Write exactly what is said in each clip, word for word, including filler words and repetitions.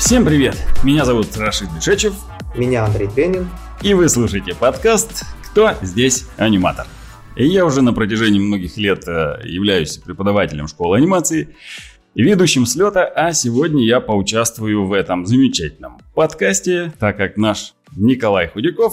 Всем привет! Меня зовут Рашид Бешечев. Меня Андрей Тренин. И вы слушаете подкаст «Кто здесь аниматор?». И я уже на протяжении многих лет являюсь преподавателем школы анимации и ведущим слета, а сегодня я поучаствую в этом замечательном подкасте, так как наш Николай Худяков,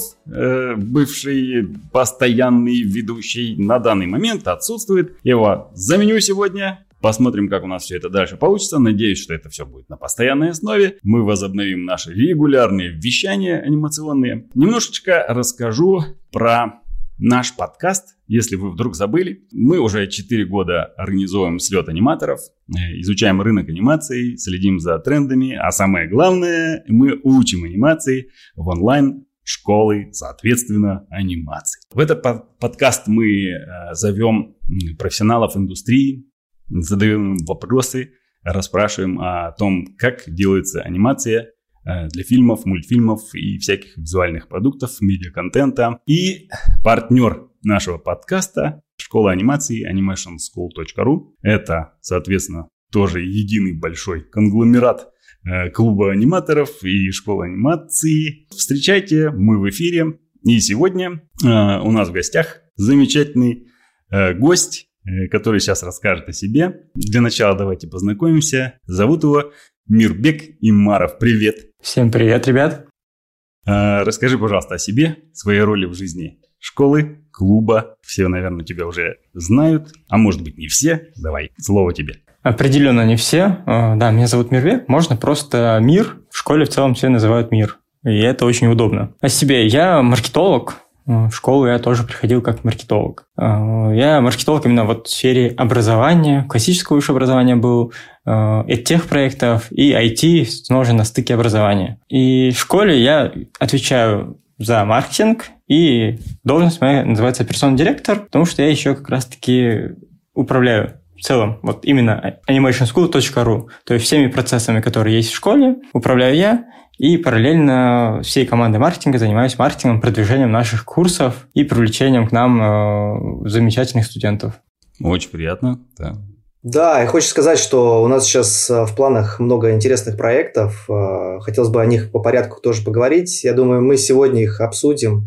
бывший постоянный ведущий, на данный момент отсутствует. Я его заменю сегодня. Посмотрим, как у нас все это дальше получится. Надеюсь, что это все будет на постоянной основе. Мы возобновим наши регулярные вещания анимационные. Немножечко расскажу про наш подкаст, если вы вдруг забыли. Мы уже четыре года организуем слет аниматоров, изучаем рынок анимации, следим за трендами, а самое главное, мы учим анимации в онлайн школы, соответственно, анимации. В этот подкаст мы зовем профессионалов индустрии, задаем им вопросы, расспрашиваем о том, как делается анимация для фильмов, мультфильмов и всяких визуальных продуктов, медиаконтента. И партнер нашего подкаста — школа анимации animation school точка ру. Это, соответственно, тоже единый большой конгломерат клуба аниматоров и школы анимации. Встречайте, мы в эфире. И сегодня у нас в гостях замечательный гость, который сейчас расскажет о себе. Для начала давайте познакомимся. Зовут его Мирбек Имаров. Привет. Всем привет, ребят. А, расскажи, пожалуйста, о себе, своей роли в жизни школы, клуба. Все, наверное, тебя уже знают, а может быть не все. Давай, слово тебе. Определенно не все. Да, меня зовут Мирбек. Можно просто Мир. В школе в целом все называют Мир. И это очень удобно. О себе. Я маркетолог. В школу я тоже приходил как маркетолог. Я маркетолог именно вот в сфере образования, классического высшего образования был, эдтех-проектов и ай ти, тоже на стыке образования. И в школе я отвечаю за маркетинг, и должность моя называется операционный директор, потому что я еще как раз-таки управляю в целом вот именно animation school точка ру, то есть всеми процессами, которые есть в школе, управляю я. И параллельно всей командой маркетинга занимаюсь маркетингом, продвижением наших курсов и привлечением к нам э, замечательных студентов. Очень приятно, да. Да, и хочется сказать, что у нас сейчас в планах много интересных проектов. Хотелось бы о них по порядку тоже поговорить. Я думаю, мы сегодня их обсудим.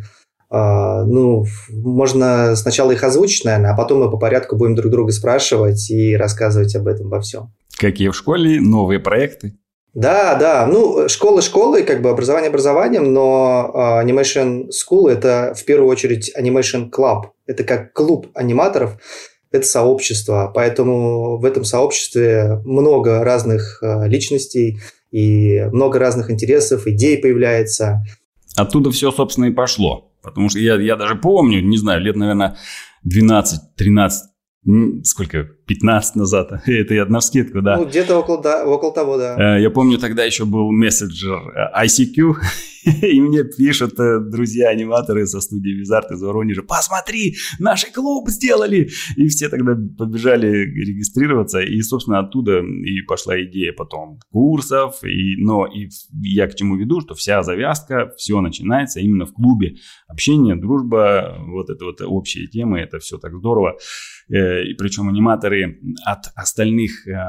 Ну, можно сначала их озвучить, наверное, а потом мы по порядку будем друг друга спрашивать и рассказывать об этом во всем. Какие в школе новые проекты? Да, да, ну, школа школой, как бы образование образованием, но uh, Animation School – это в первую очередь Animation Club. Это как клуб аниматоров, это сообщество, поэтому в этом сообществе много разных uh, личностей и много разных интересов, идей появляется. Оттуда все, собственно, и пошло, потому что я, я даже помню, не знаю, лет, наверное, двенадцать-тринадцать, сколько, пятнадцать назад, это я навскидку, да. Ну, где-то около, да, около того, да. Я помню, тогда еще был мессенджер ай си кью, и мне пишут друзья-аниматоры со студии Визарт из Воронежа: посмотри, наш клуб сделали! И все тогда побежали регистрироваться, и, собственно, оттуда и пошла идея потом курсов, и, но и я к чему веду, что вся завязка, все начинается именно в клубе. Общение, дружба, вот это вот общие темы, это все так здорово. И причем аниматоры от остальных э,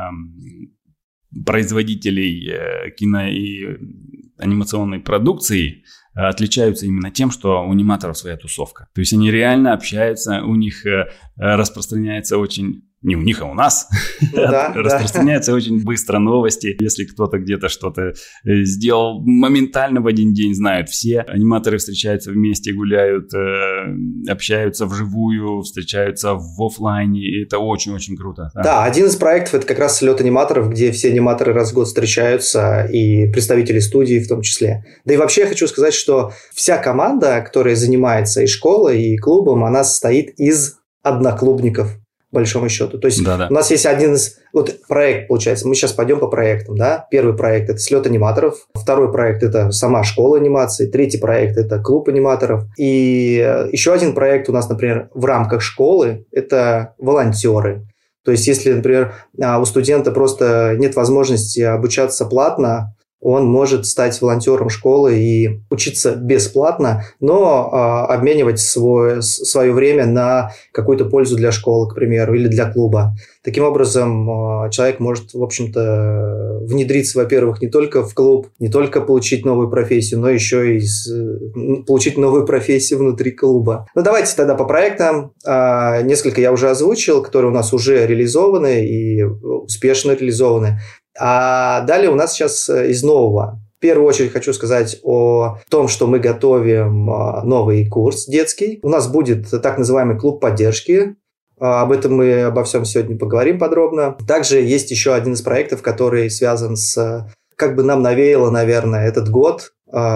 производителей э, кино и анимационной продукции э, отличаются именно тем, что у аниматоров своя тусовка. То есть они реально общаются, у них э, распространяется очень... Не у них, а у нас. Ну, да, распространяются да. очень быстро новости. Если кто-то где-то что-то сделал, моментально в один день знают все. Аниматоры встречаются вместе, гуляют, общаются вживую, встречаются в офлайне. И это очень-очень круто. Да. да, один из проектов – это как раз слет аниматоров, где все аниматоры раз в год встречаются, и представители студии в том числе. Да и вообще я хочу сказать, что вся команда, которая занимается и школой, и клубом, она состоит из одноклубников. Большому счету. То есть Да-да. у нас есть один из... Вот проект, получается, мы сейчас пойдем по проектам, да? Первый проект – это слет аниматоров. Второй проект – это сама школа анимации. Третий проект – это клуб аниматоров. И еще один проект у нас, например, в рамках школы – это волонтеры. То есть если, например, у студента просто нет возможности обучаться платно, он может стать волонтером школы и учиться бесплатно, но э, обменивать свое, свое время на какую-то пользу для школы, к примеру, или для клуба. Таким образом, э, человек может, в общем-то, внедриться, во-первых, не только в клуб, не только получить новую профессию, но еще и с, получить новую профессию внутри клуба. Ну, давайте тогда по проектам. Э, несколько я уже озвучил, которые у нас уже реализованы и успешно реализованы. А далее у нас сейчас из нового. В первую очередь хочу сказать о том, что мы готовим новый курс детский. У нас будет так называемый клуб поддержки. Об этом мы обо всем сегодня поговорим подробно. Также есть еще один из проектов, который связан с... Как бы нам навеяло, наверное, этот год.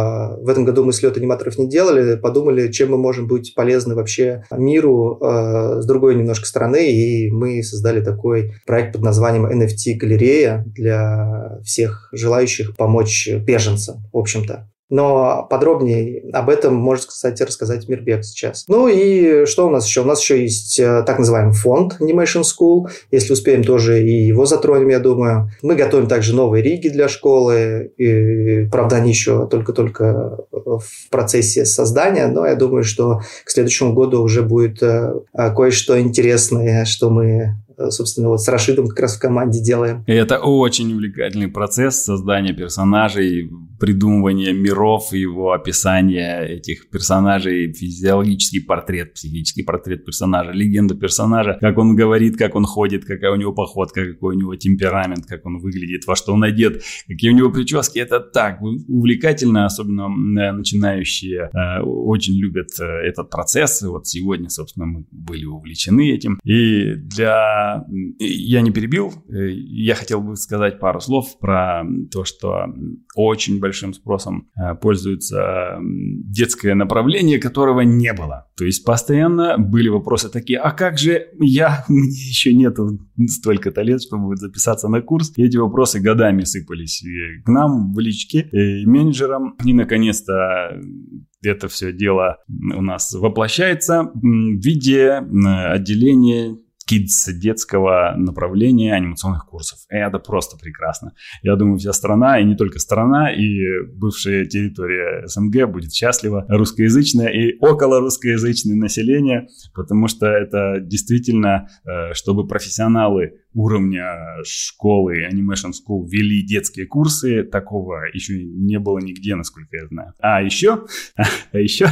В этом году мы слет аниматоров не делали, подумали, чем мы можем быть полезны вообще миру с другой немножко стороны, и мы создали такой проект под названием эн эф ти-галерея для всех желающих помочь беженцам, в общем-то. Но подробнее об этом может, кстати, рассказать Мирбек сейчас. Ну и что у нас еще? У нас еще есть так называемый фонд Animation School. Если успеем, тоже и его затронем, я думаю. Мы готовим также новые риги для школы. И, правда, они еще только-только в процессе создания, но я думаю, что к следующему году уже будет кое-что интересное, что мы... собственно, вот с Рашидом как раз в команде делаем. И это очень увлекательный процесс создания персонажей, придумывания миров, его описания этих персонажей, физиологический портрет, психический портрет персонажа, легенда персонажа, как он говорит, как он ходит, какая у него походка, какой у него темперамент, как он выглядит, во что он одет, какие у него прически. Это так увлекательно, особенно начинающие очень любят этот процесс. И вот сегодня, собственно, мы были увлечены этим. И для... Я не перебил, я хотел бы сказать пару слов про то, что очень большим спросом пользуется детское направление, которого не было. То есть постоянно были вопросы такие: а как же я, мне еще нету столько-то лет, чтобы записаться на курс. И эти вопросы годами сыпались к нам в личке, и менеджерам. И наконец-то это все дело у нас воплощается в виде отделения Kids детского направления анимационных курсов. И это просто прекрасно. Я думаю, вся страна, и не только страна, и бывшая территория эс эн гэ будет счастлива, русскоязычное и около русскоязычное население, потому что это действительно, чтобы профессионалы уровня школы Animation School вели детские курсы, такого еще не было нигде, насколько я знаю. А еще, а еще,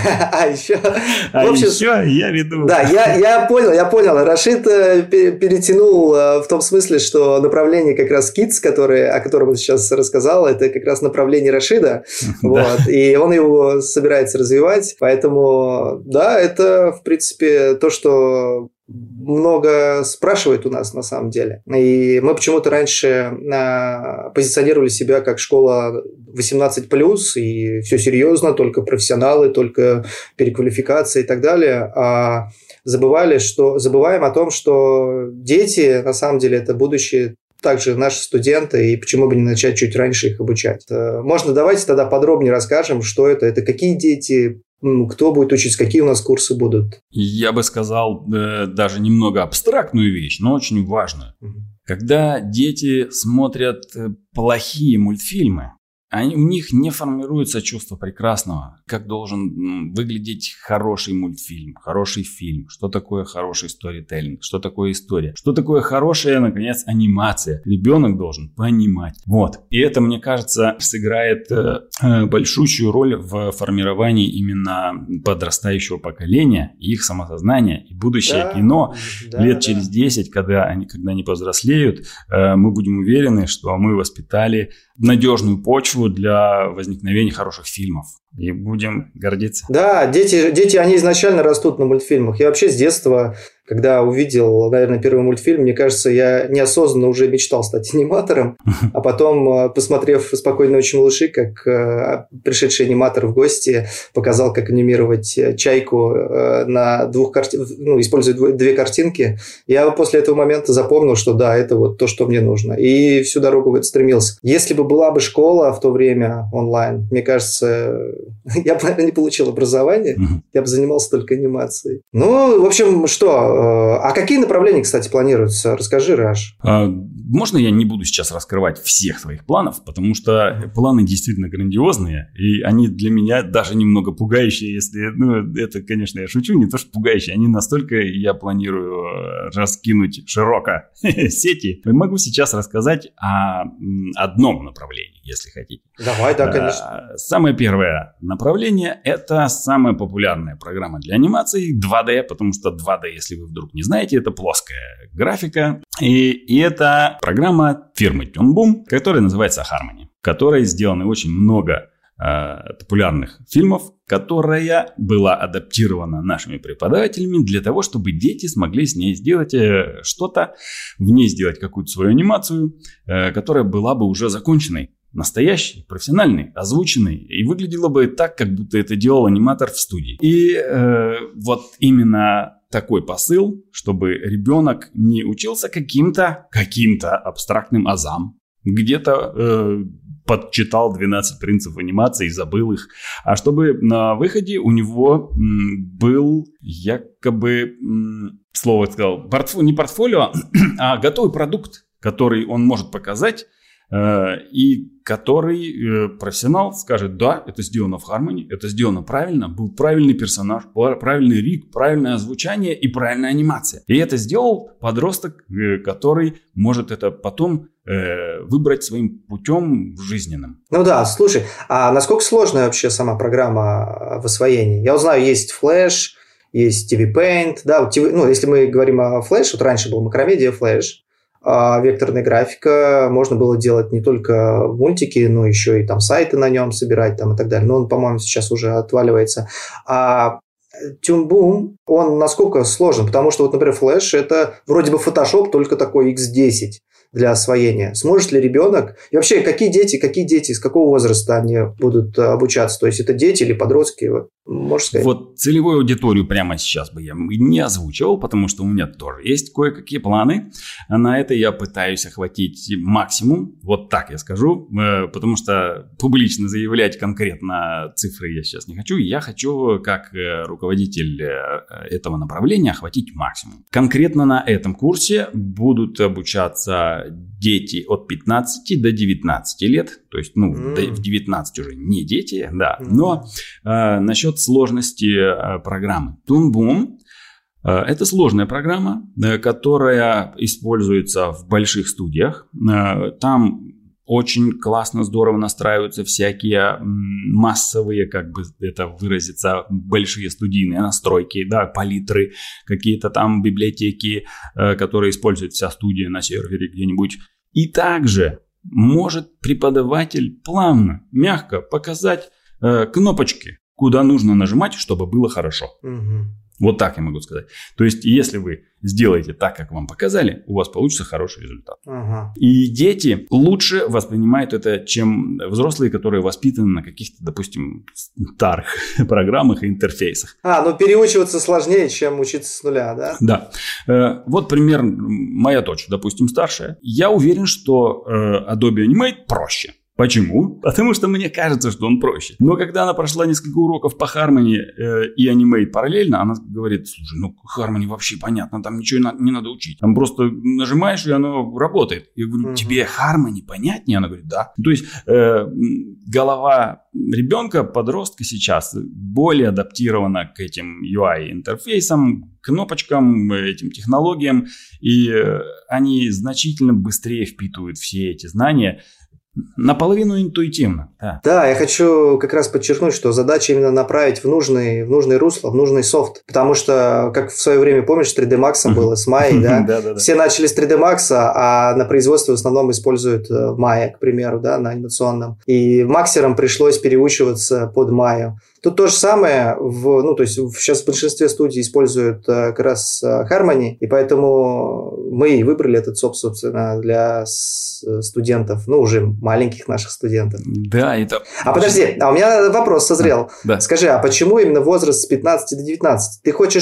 а еще, а еще я веду. Да, я, я понял, я понял. Рашид перетянул в том смысле, что направление как раз Kids, который, о котором он сейчас рассказал, это как раз направление Рашида, вот, и он его собирается развивать, поэтому, да, это, в принципе, то, что много спрашивают у нас на самом деле. И мы почему-то раньше а, позиционировали себя как школа восемнадцать плюс, и все серьезно, только профессионалы, только переквалификация и так далее. А забывали, что, забываем о том, что дети, на самом деле, это будущее также наши студенты, и почему бы не начать чуть раньше их обучать. Можно, давайте тогда подробнее расскажем, что это, это какие дети, кто будет учиться, какие у нас курсы будут. Я бы сказал э, даже немного абстрактную вещь, но очень важную. Угу. Когда дети смотрят плохие мультфильмы, они, у них не формируется чувство прекрасного, как должен выглядеть хороший мультфильм, хороший фильм, что такое хороший сторителлинг, что такое история, что такое хорошая, наконец, анимация. Ребенок должен понимать. Вот. И это, мне кажется, сыграет э, большущую роль в формировании именно подрастающего поколения, их самосознания и будущее да, кино. Да, лет да. через десять, когда они, когда они повзрослеют, э, мы будем уверены, что мы воспитали надежную почву для возникновения хороших фильмов. И будем гордиться. Да, дети, дети, они изначально растут на мультфильмах. Я вообще с детства, когда увидел, наверное, первый мультфильм, мне кажется, я неосознанно уже мечтал стать аниматором. А потом, посмотрев «Спокойной ночи, малыши», как пришедший аниматор в гости показал, как анимировать чайку на двух картинках, ну, используя две картинки, я после этого момента запомнил, что да, это вот то, что мне нужно. И всю дорогу в это стремился. Если бы была бы школа в то время онлайн, мне кажется, я бы, наверное, не получил образование, Мгм. я бы занимался только анимацией. Ну, в общем, что? э, А какие направления, кстати, планируются? Расскажи, Раш. А, Можно я не буду сейчас раскрывать всех своих планов, потому что планы действительно грандиозные, и они для меня даже немного пугающие, если, ну, это, конечно, я шучу, не то что пугающие, они настолько я планирую э, раскинуть широко сети. Могу сейчас рассказать о м, одном направлении, если хотите. Давай, да, конечно. А, Самое первое направление – это самая популярная программа для анимации два дэ, потому что два дэ, если вы вдруг не знаете, это плоская графика. И, и это программа фирмы Toon Boom, которая называется Harmony, в которой сделано очень много э, популярных фильмов, которая была адаптирована нашими преподавателями для того, чтобы дети смогли с ней сделать э, что-то, в ней сделать какую-то свою анимацию, э, которая была бы уже законченной. Настоящий, профессиональный, озвученный, и выглядело бы так, как будто это делал аниматор в студии. И э, вот именно такой посыл, чтобы ребенок не учился каким-то, каким-то абстрактным азам, где-то э, подчитал двенадцать принципов анимации и забыл их, а чтобы на выходе у него м, был якобы, м, слово сказал, портфо- не портфолио, а готовый продукт, который он может показать, и который профессионал скажет: да, это сделано в Harmony, это сделано правильно, был правильный персонаж, правильный риг, правильное озвучание и правильная анимация. И это сделал подросток, который может это потом выбрать своим путем жизненным. Ну да, слушай, а насколько сложная вообще сама программа в освоении? Я узнаю, есть Flash, есть ти ви Paint, да, вот, ну, если мы говорим о Flash, вот раньше был Macromedia Flash, а векторная графика, можно было делать не только мультики, но еще и там сайты на нем собирать там и так далее. Но он, по-моему, сейчас уже отваливается. А Toon Boom, он насколько сложен? Потому что, вот, например, Flash – это вроде бы Photoshop, только такой икс десять для освоения. Сможет ли ребенок? И вообще, какие дети, какие дети, с какого возраста они будут обучаться? То есть, это дети или подростки? Вот, можешь сказать? Вот целевую аудиторию прямо сейчас бы я не озвучивал, потому что у меня тоже есть кое-какие планы. На это я пытаюсь охватить максимум. Вот так я скажу. Потому что публично заявлять конкретно цифры я сейчас не хочу. Я хочу, как руководитель этого направления, охватить максимум. Конкретно на этом курсе будут обучаться дети от пятнадцати до девятнадцати лет. То есть, ну, mm. в девятнадцать уже не дети, да. Mm. Но э, насчет сложности э, программы. Toon Boom э, – это сложная программа, э, которая используется в больших студиях. Э, там очень классно, здорово настраиваются всякие массовые, как бы это выразиться, большие студийные настройки, да, палитры, какие-то там библиотеки, э, которые использует вся студия на сервере где-нибудь. И также может преподаватель плавно, мягко показать э, кнопочки, куда нужно нажимать, чтобы было хорошо. Угу. Вот так я могу сказать. То есть, если вы сделаете так, как вам показали, у вас получится хороший результат. Ага. И дети лучше воспринимают это, чем взрослые, которые воспитаны на каких-то, допустим, старых программах и интерфейсах. А, ну переучиваться сложнее, чем учиться с нуля, да? Да. Э, вот пример. Моя дочь, допустим, старшая. Я уверен, что э, Adobe Animate проще. Почему? Потому что мне кажется, что он проще. Но когда она прошла несколько уроков по Harmony э, и Animate параллельно, она говорит: слушай, ну Harmony вообще понятно, там ничего не надо учить. Там просто нажимаешь, и оно работает. Я говорю: угу. Тебе Harmony понятнее? Она говорит: да. То есть э, голова ребенка, подростка сейчас более адаптирована к этим ю ай-интерфейсам, кнопочкам, этим технологиям, и э, они значительно быстрее впитывают все эти знания. Наполовину интуитивно. Да. Да, я хочу как раз подчеркнуть, что задача именно направить в нужный, в нужное русло, в нужный софт. Потому что, как в свое время, помнишь, с три дэ Max было, с Maya, да? Все начали с три дэ Max, а на производстве в основном используют Maya, к примеру, да, на анимационном. И максерам пришлось переучиваться под Maya. Тут то же самое, в, ну, то есть сейчас в большинстве студий используют как раз Harmony, и поэтому мы и выбрали этот софт, собственно, для студентов, ну, уже маленьких наших студентов. Да, это... А подожди, а у меня вопрос созрел. Да. Скажи, а почему именно возраст с пятнадцати до девятнадцати? Ты хочешь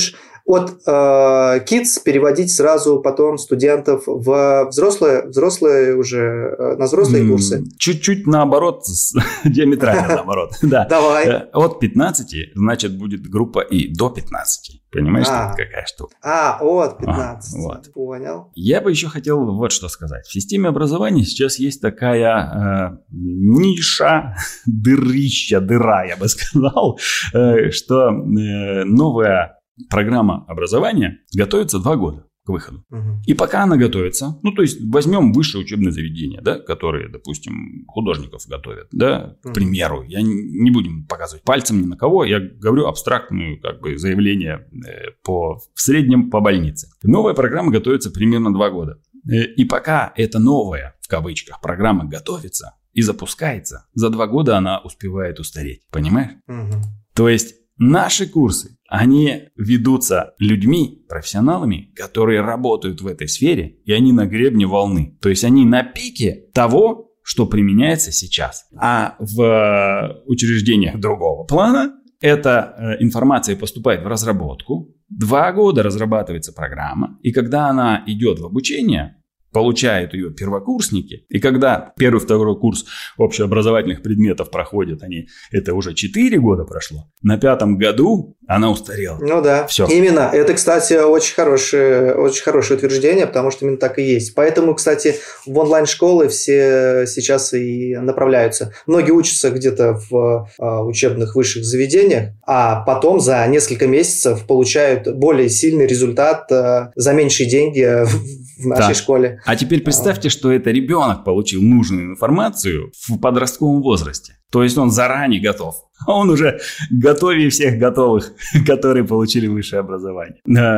от э, kids переводить сразу потом студентов в взрослые, взрослые уже, э, на взрослые курсы? Чуть-чуть наоборот, диаметрально наоборот. Давай. От пятнадцати, значит, будет группа и до пятнадцати. Понимаешь, а. тут какая штука? А, от пятнадцати. А, вот. Понял. Я бы еще хотел вот что сказать. В системе образования сейчас есть такая э, ниша, дырища, дыра, я бы сказал, э, что э, новая программа образования готовится два года к выходу. Угу. И пока она готовится, ну, то есть, возьмем высшее учебное заведение, да, которые, допустим, художников готовят, да, к угу. примеру. Я не, не будем показывать пальцем ни на кого, я говорю абстрактную, как бы, заявление э, по, в среднем по больнице. Новая программа готовится примерно два года. Э, и пока эта новая, в кавычках, программа готовится и запускается, за два года она успевает устареть. Понимаешь? Угу. То есть, наши курсы, они ведутся людьми, профессионалами, которые работают в этой сфере, и они на гребне волны. То есть, они на пике того, что применяется сейчас. А в учреждениях другого плана эта информация поступает в разработку. Два года разрабатывается программа, и когда она идет в обучение, получают ее первокурсники, и когда первый, второй курс общеобразовательных предметов проходят, они, это уже четыре года прошло, на пятом году она устарела. Ну да, Все. Именно. Это, кстати, очень хорошее, очень хорошее утверждение, потому что именно так и есть. Поэтому, кстати, в онлайн-школы все сейчас и направляются. Многие учатся где-то в а, учебных высших заведениях, а потом за несколько месяцев получают более сильный результат а, за меньшие деньги в нашей да. школе. А теперь представьте, что это ребенок получил нужную информацию в подростковом возрасте. То есть он заранее готов. А он уже готовее всех готовых, которые получили высшее образование.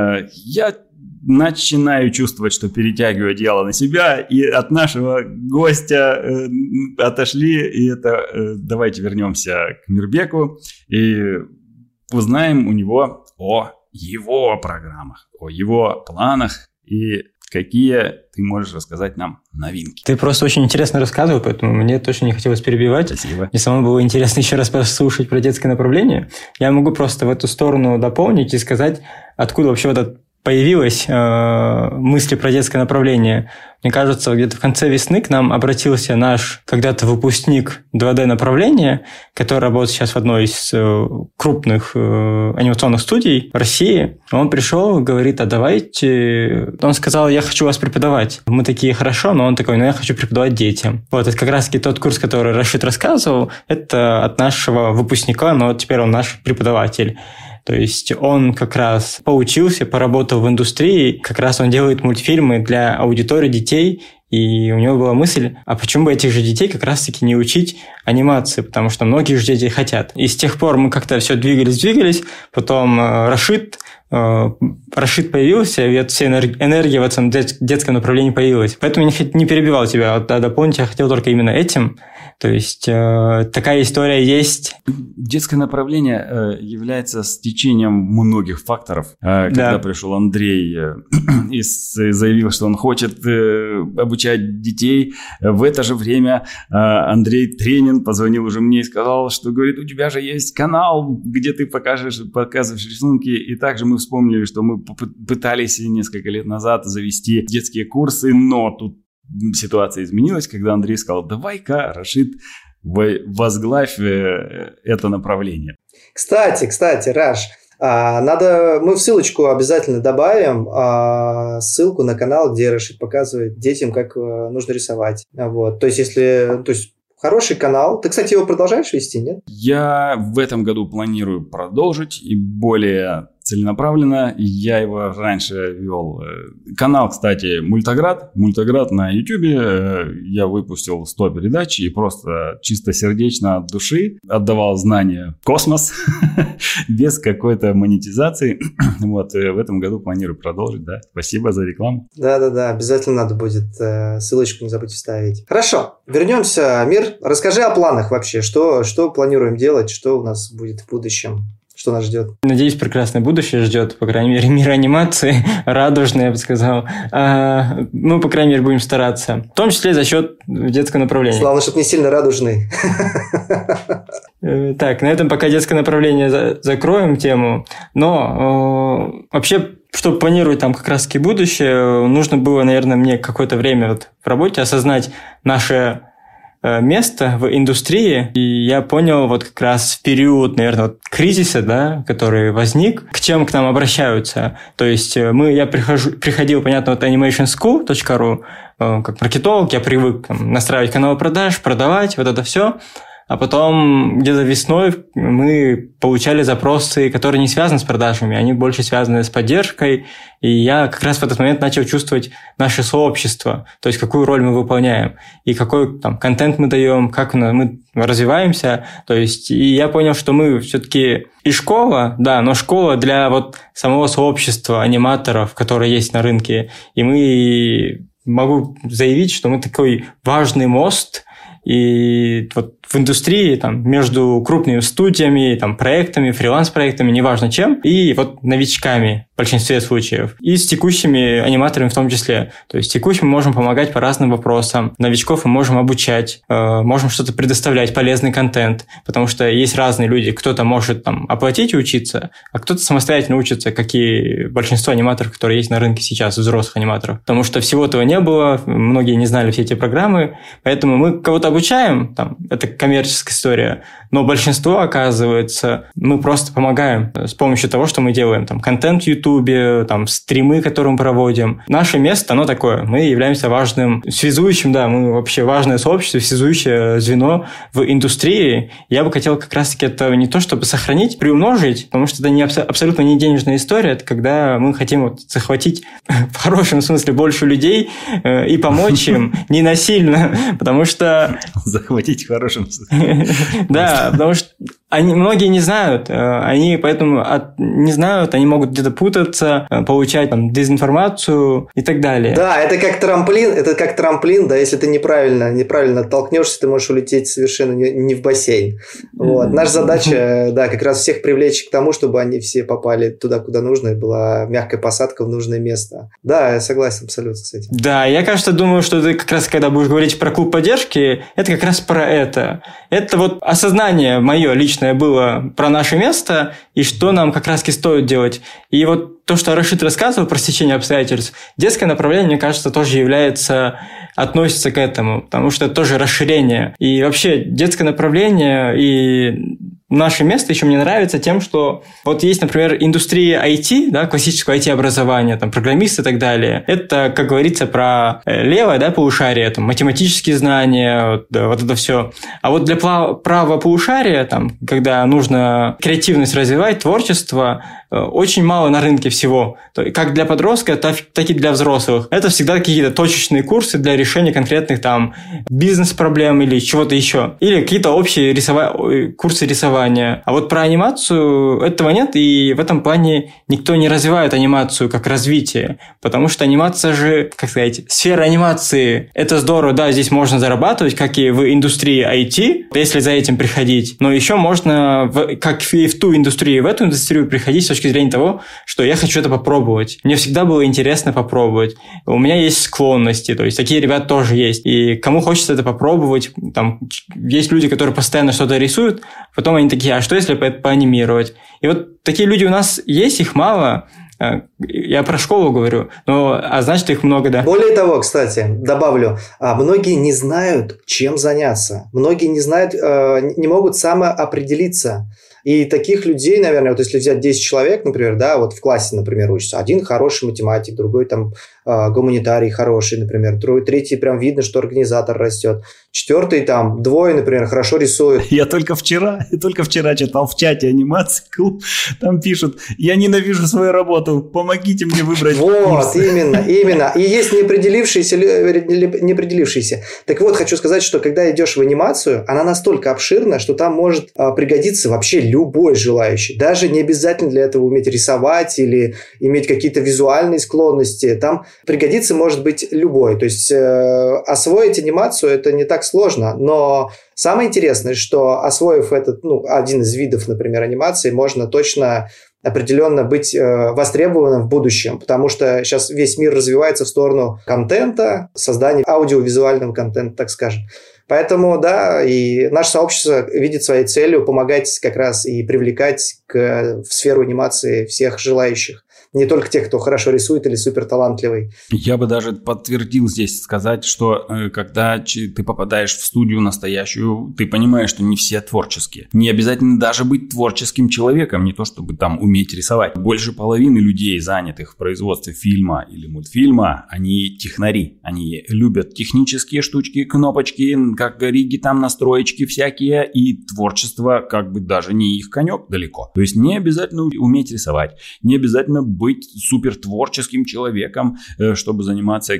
Я начинаю чувствовать, что перетягиваю одеяло на себя, и от нашего гостя э, отошли. И это э, давайте вернемся к Мирбеку и узнаем у него о его программах, о его планах и какие ты можешь рассказать нам новинки. Ты просто очень интересно рассказывал, поэтому мне точно не хотелось перебивать. Спасибо. Мне самому было интересно еще раз послушать про детское направление. Я могу просто в эту сторону дополнить и сказать, откуда вообще вот этот появилась э, мысль про детское направление. Мне кажется, где-то в конце весны к нам обратился наш когда-то выпускник два дэ направления, который работает сейчас в одной из э, крупных э, анимационных студий в России. Он пришел и говорит, а давайте... Он сказал, я хочу вас преподавать. Мы такие, хорошо, но он такой, ну я хочу преподавать детям. Вот, это как раз-таки тот курс, который Рашид рассказывал, это от нашего выпускника, но теперь он наш преподаватель. То есть он как раз поучился, поработал в индустрии, как раз он делает мультфильмы для аудитории детей, и у него была мысль, а почему бы этих же детей как раз-таки не учить анимации, потому что многие же дети хотят. И с тех пор мы как-то все двигались-двигались, потом Рашид, Рашид появился, и вся энергия в этом детском направлении появилась. Поэтому я не перебивал тебя, а дополнить я хотел только именно этим. То есть э, такая история есть. Детское направление э, является стечением многих факторов. Э, когда да. пришел Андрей э, и заявил, что он хочет э, обучать детей, в это же время э, Андрей Тренин позвонил уже мне и сказал, что, говорит, у тебя же есть канал, где ты покажешь, показываешь рисунки. И также мы вспомнили, что мы пытались несколько лет назад завести детские курсы, но тут ситуация изменилась, когда Андрей сказал, давай-ка, Рашид, возглавь это направление. Кстати, кстати, Раш, надо, мы в ссылочку обязательно добавим ссылку на канал, где Рашид показывает детям, как нужно рисовать. Вот. То есть, если... То есть, хороший канал. Ты, кстати, его продолжаешь вести, нет? Я в этом году планирую продолжить и более целенаправленно. Я его раньше вел. Канал, кстати, Мультоград. Мультоград на Ютубе. Я выпустил сто передач и просто чистосердечно от души отдавал знания в космос без какой-то монетизации. Вот в этом году планирую продолжить. Да. Спасибо за рекламу. Да-да-да, обязательно надо будет ссылочку не забудь вставить. Хорошо, вернемся, Мир. Расскажи о планах вообще. Что, что планируем делать, что у нас будет в будущем? что нас ждет. Надеюсь, прекрасное будущее ждет, по крайней мере, мир анимации, радужный, я бы сказал. А, ну, по крайней мере, будем стараться. В том числе за счет детского направления. Главное, чтобы не сильно радужный. Так, на этом пока детское направление закроем тему. Но вообще, чтобы планировать там как раз-таки будущее, нужно было, наверное, мне какое-то время вот в работе осознать наше место в индустрии, и я понял вот как раз в период, наверное, вот кризиса, да, который возник, к чем к нам обращаются. То есть мы, я прихожу, приходил, понятно, вот animation school точка ру, как маркетолог, я привык там, настраивать каналы продаж, продавать, вот это все. А потом где-то весной мы получали запросы, которые не связаны с продажами, они больше связаны с поддержкой. И я как раз в этот момент начал чувствовать наше сообщество, то есть какую роль мы выполняем, и какой там контент мы даем, как мы развиваемся. То есть, и я понял, что мы все-таки и школа, да, но школа для вот самого сообщества аниматоров, которые есть на рынке. И мы могу заявить, что мы такой важный мост. И вот в индустрии там, между крупными студиями, там, проектами, фриланс-проектами, неважно чем, и вот новичками в большинстве случаев. И с текущими аниматорами в том числе. То есть текущим мы можем помогать по разным вопросам. Новичков мы можем обучать, э, можем что-то предоставлять, полезный контент. Потому что есть разные люди. Кто-то может там, оплатить и учиться, а кто-то самостоятельно учится, как и большинство аниматоров, которые есть на рынке сейчас, взрослых аниматоров. Потому что всего этого не было, многие не знали все эти программы. Поэтому мы кого-то обучаем, там, это коммерческая история, но большинство, оказывается, мы просто помогаем с помощью того, что мы делаем. Там, контент в Ютубе, там, стримы, которые мы проводим. Наше место, оно такое. Мы являемся важным связующим, да, мы вообще важное сообщество, связующее звено в индустрии. Я бы хотел как раз-таки это не то, чтобы сохранить, приумножить, потому что это не абс- абсолютно не денежная история, это когда мы хотим вот захватить в хорошем смысле больше людей э, и помочь им не насильно, потому что... Захватить в хорошем смысле. Да, потому что они, многие не знают, они поэтому от, не знают, они могут где-то путаться, получать там, дезинформацию и так далее. Да, это как трамплин, это как трамплин, да, если ты неправильно, неправильно оттолкнешься, ты можешь улететь совершенно не, не в бассейн. Вот. Наша задача, да, как раз всех привлечь к тому, чтобы они все попали туда, куда нужно, и была мягкая посадка в нужное место. Да, я согласен абсолютно с этим. Да, я, кажется, думаю, что ты как раз, когда будешь говорить про клуб поддержки, это как раз про это. Это вот осознание мое личное было про наше место и что нам как раз-таки стоит делать. И вот то, что Рашид рассказывал про стечение обстоятельств, детское направление, мне кажется, тоже является, относится к этому, потому что это тоже расширение. И вообще детское направление и наше место еще мне нравится тем, что вот есть, например, индустрия ай ти, да, классическое ай ти-образование, там, программисты и так далее. Это, как говорится, про левое, да, полушарие, там, математические знания, вот, да, вот это все. А вот для правого полушария, там, когда нужно креативность развивать, творчество, очень мало на рынке всего. Как для подростка, так и для взрослых. Это всегда какие-то точечные курсы для решения конкретных там бизнес-проблем или чего-то еще. Или какие-то общие рисова... курсы рисования. А вот про анимацию этого нет, и в этом плане никто не развивает анимацию как развитие. Потому что анимация же, как сказать, сфера анимации, это здорово, да, здесь можно зарабатывать, как и в индустрии ай ти, если за этим приходить. Но еще можно, в, как и в ту индустрию, в эту индустрию приходить с точки зрения того, что я хочу это попробовать. Мне всегда было интересно попробовать. У меня есть склонности, то есть такие ребята тоже есть. И кому хочется это попробовать, там есть люди, которые постоянно что-то рисуют, потом они такие, а что если это поанимировать? И вот такие люди у нас есть, их мало. Я про школу говорю, но, а значит, их много, да. Более того, кстати, добавлю, многие не знают, чем заняться. Многие не знают, не могут самоопределиться. И таких людей, наверное, вот если взять десять человек, например, да, вот в классе, например, учатся, один хороший математик, другой там э, гуманитарий хороший, например, другой, третий прям видно, что организатор растет, четвертый там двое, например, хорошо рисует. Я только вчера, я только вчера читал в чате анимации клуб, там пишут, я ненавижу свою работу, помогите мне выбрать Вот, курс. именно, именно. И есть неопределившиеся, неопределившиеся. Так вот, хочу сказать, что когда идешь в анимацию, она настолько обширна, что там может а, пригодиться вообще любой желающий. Даже не обязательно для этого уметь рисовать или иметь какие-то визуальные склонности. Там пригодится может быть любой. То есть э, освоить анимацию это не так сложно, но самое интересное, что освоив этот, ну, один из видов, например, анимации, можно точно определенно быть э, востребованным в будущем, потому что сейчас весь мир развивается в сторону контента, создания аудиовизуального контента, так скажем. Поэтому, да, и наше сообщество видит своей целью помогать как раз и привлекать к, в сферу анимации всех желающих. Не только тех, кто хорошо рисует или супер талантливый. Я бы даже подтвердил здесь сказать, что э, когда ты попадаешь в студию настоящую, ты понимаешь, что не все творческие. Не обязательно даже быть творческим человеком, не то чтобы там уметь рисовать. Больше половины людей, занятых в производстве фильма или мультфильма, они технари. Они любят технические штучки, кнопочки, как риги, там настроечки всякие, и творчество как бы даже не их конек далеко. То есть не обязательно уметь рисовать, не обязательно быть быть супер творческим человеком, чтобы заниматься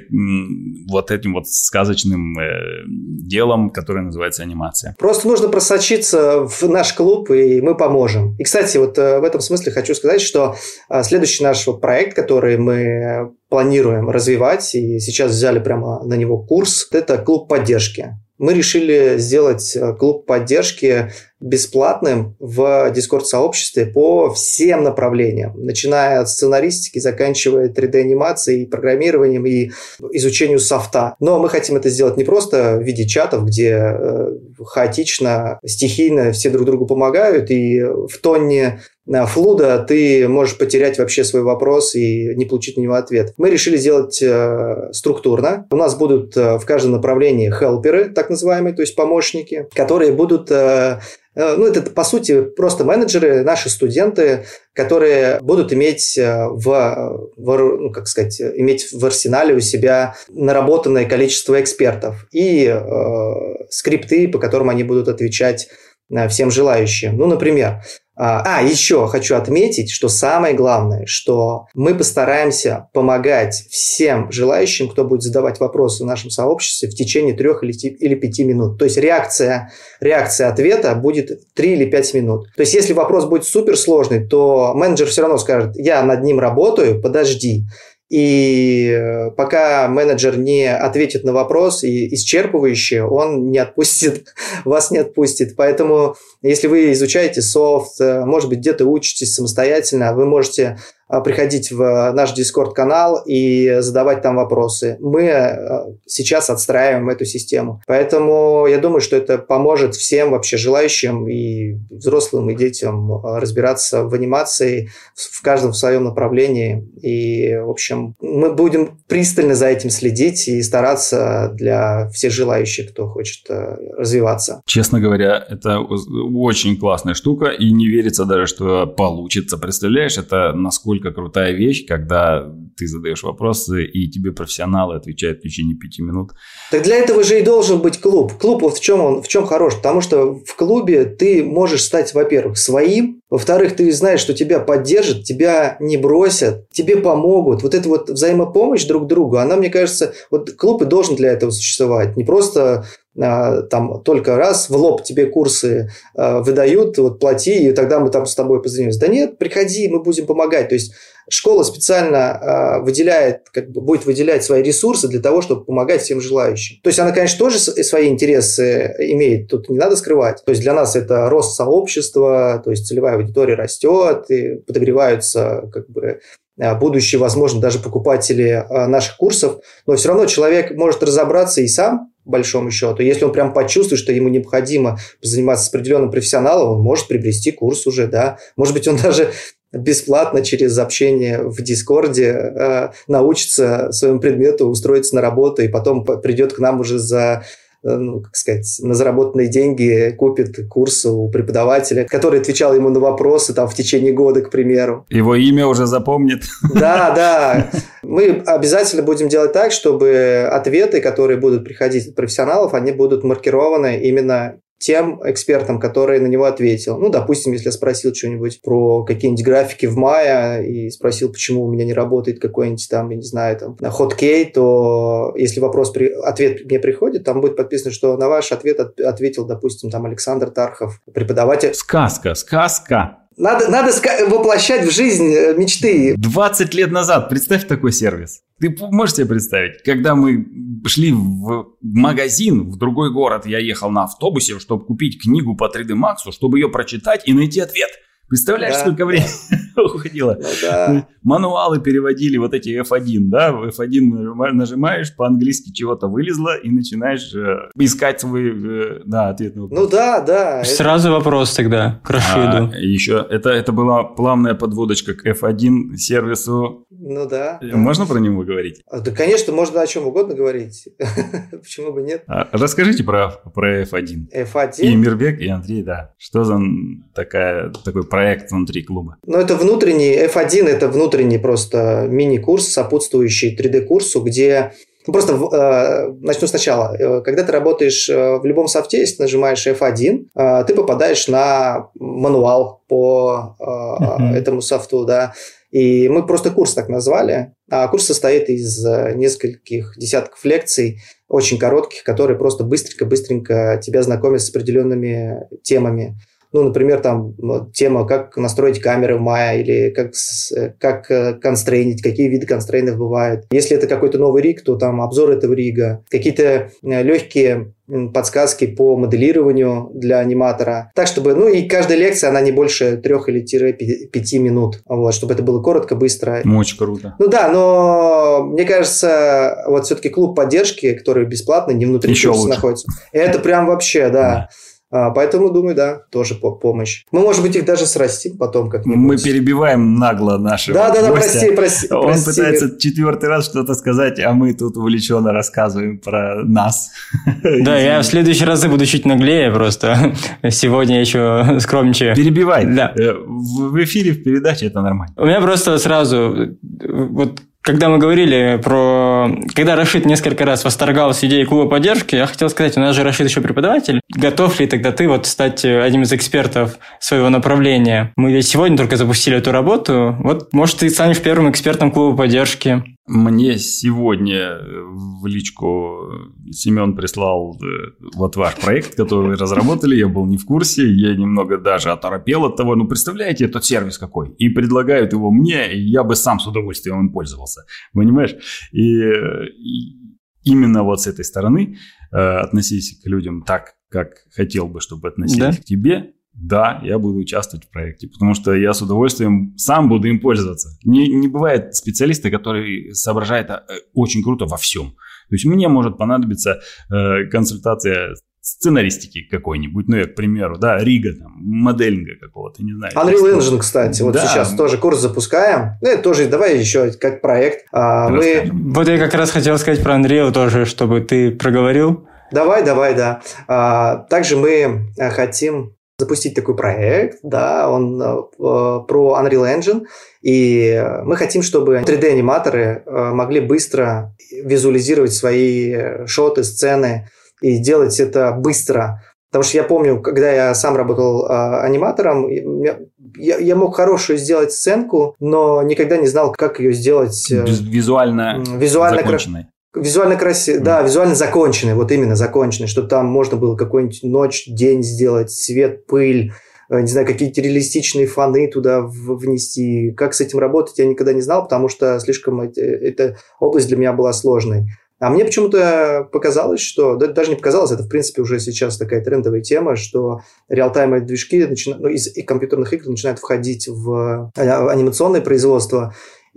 вот этим вот сказочным делом, которое называется анимация. Просто нужно просочиться в наш клуб, и мы поможем. И, кстати, вот в этом смысле хочу сказать, что следующий наш проект, который мы планируем развивать, и сейчас взяли прямо на него курс, это клуб поддержки. Мы решили сделать клуб поддержки бесплатным в Discord-сообществе по всем направлениям, начиная от сценаристики, заканчивая три дэ-анимацией, программированием и изучению софта. Но мы хотим это сделать не просто в виде чатов, где э, хаотично, стихийно все друг другу помогают, и в тонне флуда ты можешь потерять вообще свой вопрос и не получить на него ответ. Мы решили сделать э, структурно. У нас будут э, в каждом направлении хелперы, так называемые, то есть помощники, которые будут... Э, Ну, это, по сути, просто менеджеры, наши студенты, которые будут иметь в, в, ну, как сказать, иметь в арсенале у себя наработанное количество экспертов и э, скрипты, по которым они будут отвечать всем желающим. Ну, например, а, еще хочу отметить, что самое главное, что мы постараемся помогать всем желающим, кто будет задавать вопросы в нашем сообществе в течение трех или пяти минут. То есть реакция, реакция ответа будет три или пять минут. То есть если вопрос будет суперсложный, то менеджер все равно скажет: я над ним работаю, подожди. И пока менеджер не ответит на вопрос и исчерпывающе, он не отпустит, вас не отпустит. Поэтому, если вы изучаете софт, может быть, где-то учитесь самостоятельно, вы можете приходить в наш Discord-канал и задавать там вопросы. Мы сейчас отстраиваем эту систему. Поэтому я думаю, что это поможет всем вообще желающим, и взрослым, и детям, разбираться в анимации в каждом в своем направлении. И, в общем, мы будем пристально за этим следить и стараться для всех желающих, кто хочет развиваться. Честно говоря, это очень классная штука, и не верится даже, что получится. Представляешь, это насколько крутая вещь, когда ты задаешь вопросы, и тебе профессионалы отвечают в течение пяти минут. Так для этого же и должен быть клуб. Клуб вот в чем он, в чем хорош? Потому что в клубе ты можешь стать, во-первых, своим, во-вторых, ты знаешь, что тебя поддержат, тебя не бросят, тебе помогут. Вот эта вот взаимопомощь друг другу, она, мне кажется, вот клуб и должен для этого существовать. Не просто там только раз в лоб тебе курсы э, выдают, вот плати, и тогда мы там с тобой познакомимся. Да нет, приходи, мы будем помогать. То есть школа специально э, выделяет, как бы будет выделять свои ресурсы для того, чтобы помогать всем желающим. То есть она, конечно, тоже свои интересы имеет, тут не надо скрывать. То есть для нас это рост сообщества, то есть целевая аудитория растет, и подогреваются как бы будущие, возможно, даже покупатели наших курсов, но все равно человек может разобраться и сам, по большому счету. Если он прям почувствует, что ему необходимо заниматься с определенным профессионалом, он может приобрести курс уже, да. Может быть, он даже бесплатно через общение в Дискорде э, научится своему предмету устроиться на работу и потом придет к нам уже за... ну, как сказать, на заработанные деньги купит курс у преподавателя, который отвечал ему на вопросы там в течение года, к примеру. Его имя уже запомнит. Да, да. Мы обязательно будем делать так, чтобы ответы, которые будут приходить от профессионалов, они будут маркированы именно тем экспертам, которые на него ответил. Ну, допустим, если я спросил что-нибудь про какие-нибудь графики в Maya и спросил, почему у меня не работает какой-нибудь там, я не знаю, там, Hotkey, то если вопрос, ответ мне приходит, там будет подписано, что на ваш ответ ответил, допустим, там Александр Тархов, преподаватель. Сказка, сказка. Надо, надо воплощать в жизнь мечты. двадцать лет назад, представь такой сервис. Ты можешь себе представить, когда мы шли в магазин в другой город, я ехал на автобусе, чтобы купить книгу по три дэ Max, чтобы ее прочитать и найти ответ. Представляешь, да, сколько времени уходило? Ну, да. Мануалы переводили вот эти эф один, да, в эф один нажимаешь, по-английски чего-то вылезло и начинаешь э, искать свой, э, да, ответ на вопрос. Ну да, да. Сразу это... вопрос тогда к Рашиду. А, еще, это, это была плавная подводочка к эф один сервису. Ну да. Можно про него говорить? Да, конечно, можно о чем угодно говорить. Почему бы нет? А, расскажите про, про эф один. эф один? И Мирбек, и Андрей, да. Что за такая, такой проект внутри клуба? Ну, это внутренний, эф один это внутренний просто мини-курс, сопутствующий три дэ курсу, где... Ну, просто э, начну сначала. Когда ты работаешь в любом софте, если нажимаешь эф один, э, ты попадаешь на мануал по э, uh-huh. этому софту, да. И мы просто курс так назвали. А курс состоит из нескольких десятков лекций, очень коротких, которые просто быстренько-быстренько тебя знакомят с определенными темами. Ну, например, там тема, как настроить камеры в Maya или как, как констрейнить, какие виды констрейнов бывают. Если это какой-то новый риг, то там обзор этого рига, какие-то легкие подсказки по моделированию для аниматора. Так, чтобы, ну, и каждая лекция, она не больше трех или пяти минут, вот, чтобы это было коротко, быстро. Очень круто. Ну да, но мне кажется, вот все-таки клуб поддержки, который бесплатный, не внутри Еще курса лучше. находится, это прям вообще, да. да. Поэтому, думаю, да, тоже помощь. Мы, может быть, их даже срастим потом как-нибудь. Мы перебиваем нагло нашего да, да, да, гостя. прости, прости. Он прости. пытается четвертый раз что-то сказать, а мы тут увлеченно рассказываем про нас. Да, я в следующий раз буду чуть наглее просто. Сегодня еще скромничаю. Перебивай. Да. В эфире, в передаче это нормально. У меня просто сразу... вот. Когда мы говорили про... Когда Рашид несколько раз восторгался идеей клуба поддержки, я хотел сказать, у нас же Рашид еще преподаватель. Готов ли тогда ты вот стать одним из экспертов своего направления? Мы ведь сегодня только запустили эту работу. Вот, может, ты станешь первым экспертом клуба поддержки. Мне сегодня в личку Семен прислал вот ваш проект, который вы разработали. Я был не в курсе. Я немного даже оторопел от того. Ну, представляете, этот сервис какой? И предлагают его мне, и я бы сам с удовольствием им пользовался. Понимаешь? И, и именно вот с этой стороны э, относись к людям так, как хотел бы, чтобы относились да? к тебе. Да, я буду участвовать в проекте, потому что я с удовольствием сам буду им пользоваться. Не, не бывает специалиста, который соображает очень круто во всем. То есть мне может понадобиться э, консультация сценаристики какой-нибудь, ну, я, к примеру, да, рига, там, моделинга какого-то, не знаю. Unreal Engine, кстати, вот да. Сейчас тоже курс запускаем. Ну, это тоже, давай еще как проект. А, мы... Вот я как раз хотел сказать про Unreal тоже, чтобы ты проговорил. Давай, давай, да. А, также мы хотим запустить такой проект, да, он э, про Unreal Engine, и мы хотим, чтобы три дэ-аниматоры э, могли быстро визуализировать свои шоты, сцены, и делать это быстро. Потому что я помню, когда я сам работал э, аниматором, я, я мог хорошую сделать сценку, но никогда не знал, как ее сделать э, визуально, визуально законченной. Кра- визуально красивой, mm. да, визуально законченной, вот именно законченной, что там можно было какой-нибудь ночь, день сделать, свет, пыль, э, не знаю, какие-то реалистичные фоны туда в- внести. Как с этим работать, я никогда не знал, потому что слишком это, эта область для меня была сложной. А мне почему-то показалось, что... Да, даже не показалось, это, в принципе, уже сейчас такая трендовая тема, что реалтаймовые движки начина... ну, из и компьютерных игр начинают входить в анимационное производство,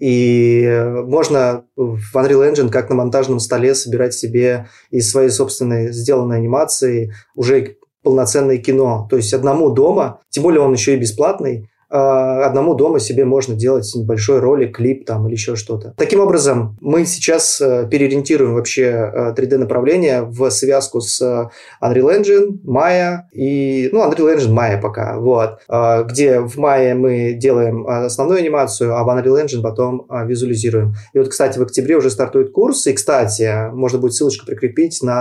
и можно в Unreal Engine, как на монтажном столе, собирать себе из своей собственной сделанной анимации уже полноценное кино. То есть одному дома, тем более он еще и бесплатный, одному дома себе можно делать небольшой ролик, клип там или еще что-то. Таким образом, мы сейчас переориентируем вообще три дэ-направление в связку с Unreal Engine, Maya и... Ну, Unreal Engine, Maya пока, вот. Где в Maya мы делаем основную анимацию, а в Unreal Engine потом визуализируем. И вот, кстати, в октябре уже стартует курс, и, кстати, можно будет ссылочку прикрепить на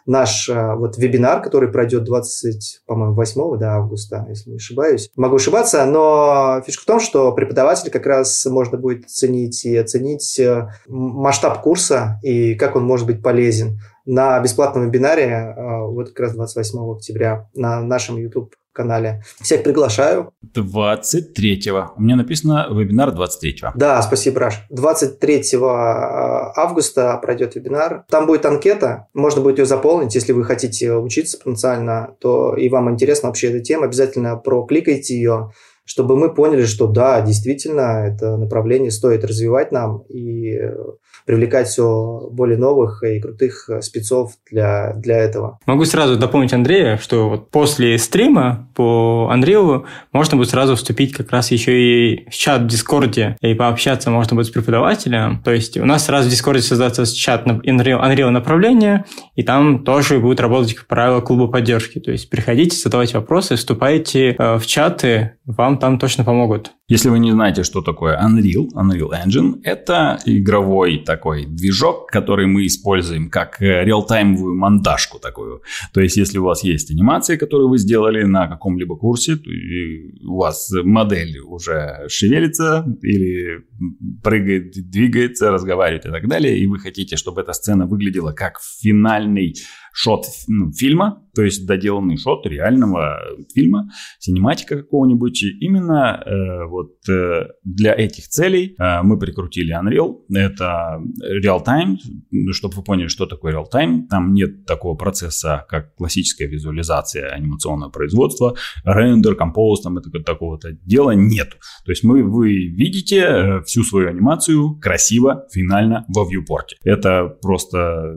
наш вот вебинар, который пройдет двадцать, по-моему, восьмого да, августа, если не ошибаюсь. Могу ошибаться, но фишка в том, что преподаватель как раз можно будет оценить и оценить масштаб курса и как он может быть полезен на бесплатном вебинаре вот как раз двадцать восьмого октября на нашем YouTube-канале. Всех приглашаю. двадцать третьего. У меня написано вебинар двадцать третьего. Да, спасибо, Раш. двадцать третьего августа пройдет вебинар. Там будет анкета. Можно будет ее заполнить, если вы хотите учиться потенциально, то и вам интересна вообще эта тема. Обязательно прокликайте ее, чтобы мы поняли, что да, действительно, это направление стоит развивать нам и привлекать все более новых и крутых спецов для, для этого. Могу сразу дополнить Андрея, что вот после стрима по Unreal можно будет сразу вступить как раз еще и в чат в Дискорде, и пообщаться можно будет с преподавателем. То есть у нас сразу в Дискорде создается чат на Unreal, Unreal направления, и там тоже будет работать, как правило, клубы поддержки. То есть приходите, задавайте вопросы, вступайте в чаты, вам там точно помогут. Если вы не знаете, что такое Unreal, Unreal Engine, это игровой такой движок, который мы используем как реалтаймовую монтажку такую. То есть, если у вас есть анимации, которые вы сделали на каком-либо курсе, у вас модель уже шевелится или прыгает, двигается, разговаривает и так далее, и вы хотите, чтобы эта сцена выглядела как финальный шот ну, фильма, то есть доделанный шот реального фильма, синематика какого-нибудь. Именно э, вот э, для этих целей э, мы прикрутили Unreal. Это real-time, чтобы вы поняли, что такое real-time. Там нет такого процесса, как классическая визуализация анимационного производства, рендер, композ, там это, такого-то дела нету. То есть мы, вы видите всю свою анимацию красиво, финально во вьюпорте. Это просто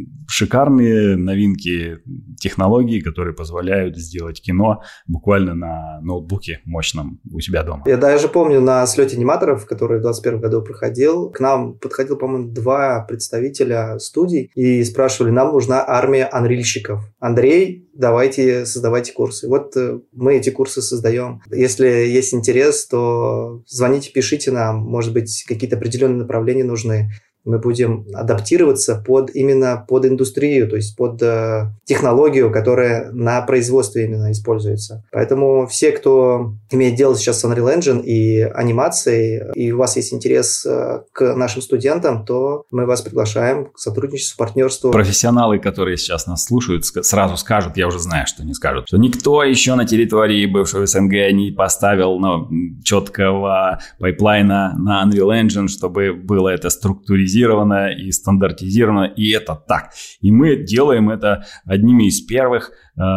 шикарные новинки технологий, которые позволяют сделать кино буквально на ноутбуке мощном у себя дома. Я даже помню на слете аниматоров, который в двадцать первом году проходил, к нам подходил, по-моему, два представителя студий и спрашивали, нам нужна армия анрильщиков. Андрей, давайте создавайте курсы. Вот мы эти курсы создаем. Если есть интерес, то звоните, пишите нам, может быть, какие-то определенные направления нужны. Мы будем адаптироваться под именно под индустрию, то есть под э, технологию, которая на производстве именно используется. Поэтому все, кто имеет дело сейчас с Unreal Engine и анимацией, и у вас есть интерес э, к нашим студентам, то мы вас приглашаем к сотрудничеству, партнерству. Профессионалы, которые сейчас нас слушают, сразу скажут, я уже знаю, что они скажут, что никто еще на территории бывшего СНГ не поставил ну, четкого пайплайна на Unreal Engine, чтобы было это структуризировано и стандартизировано, и это так. И мы делаем это одними из первых.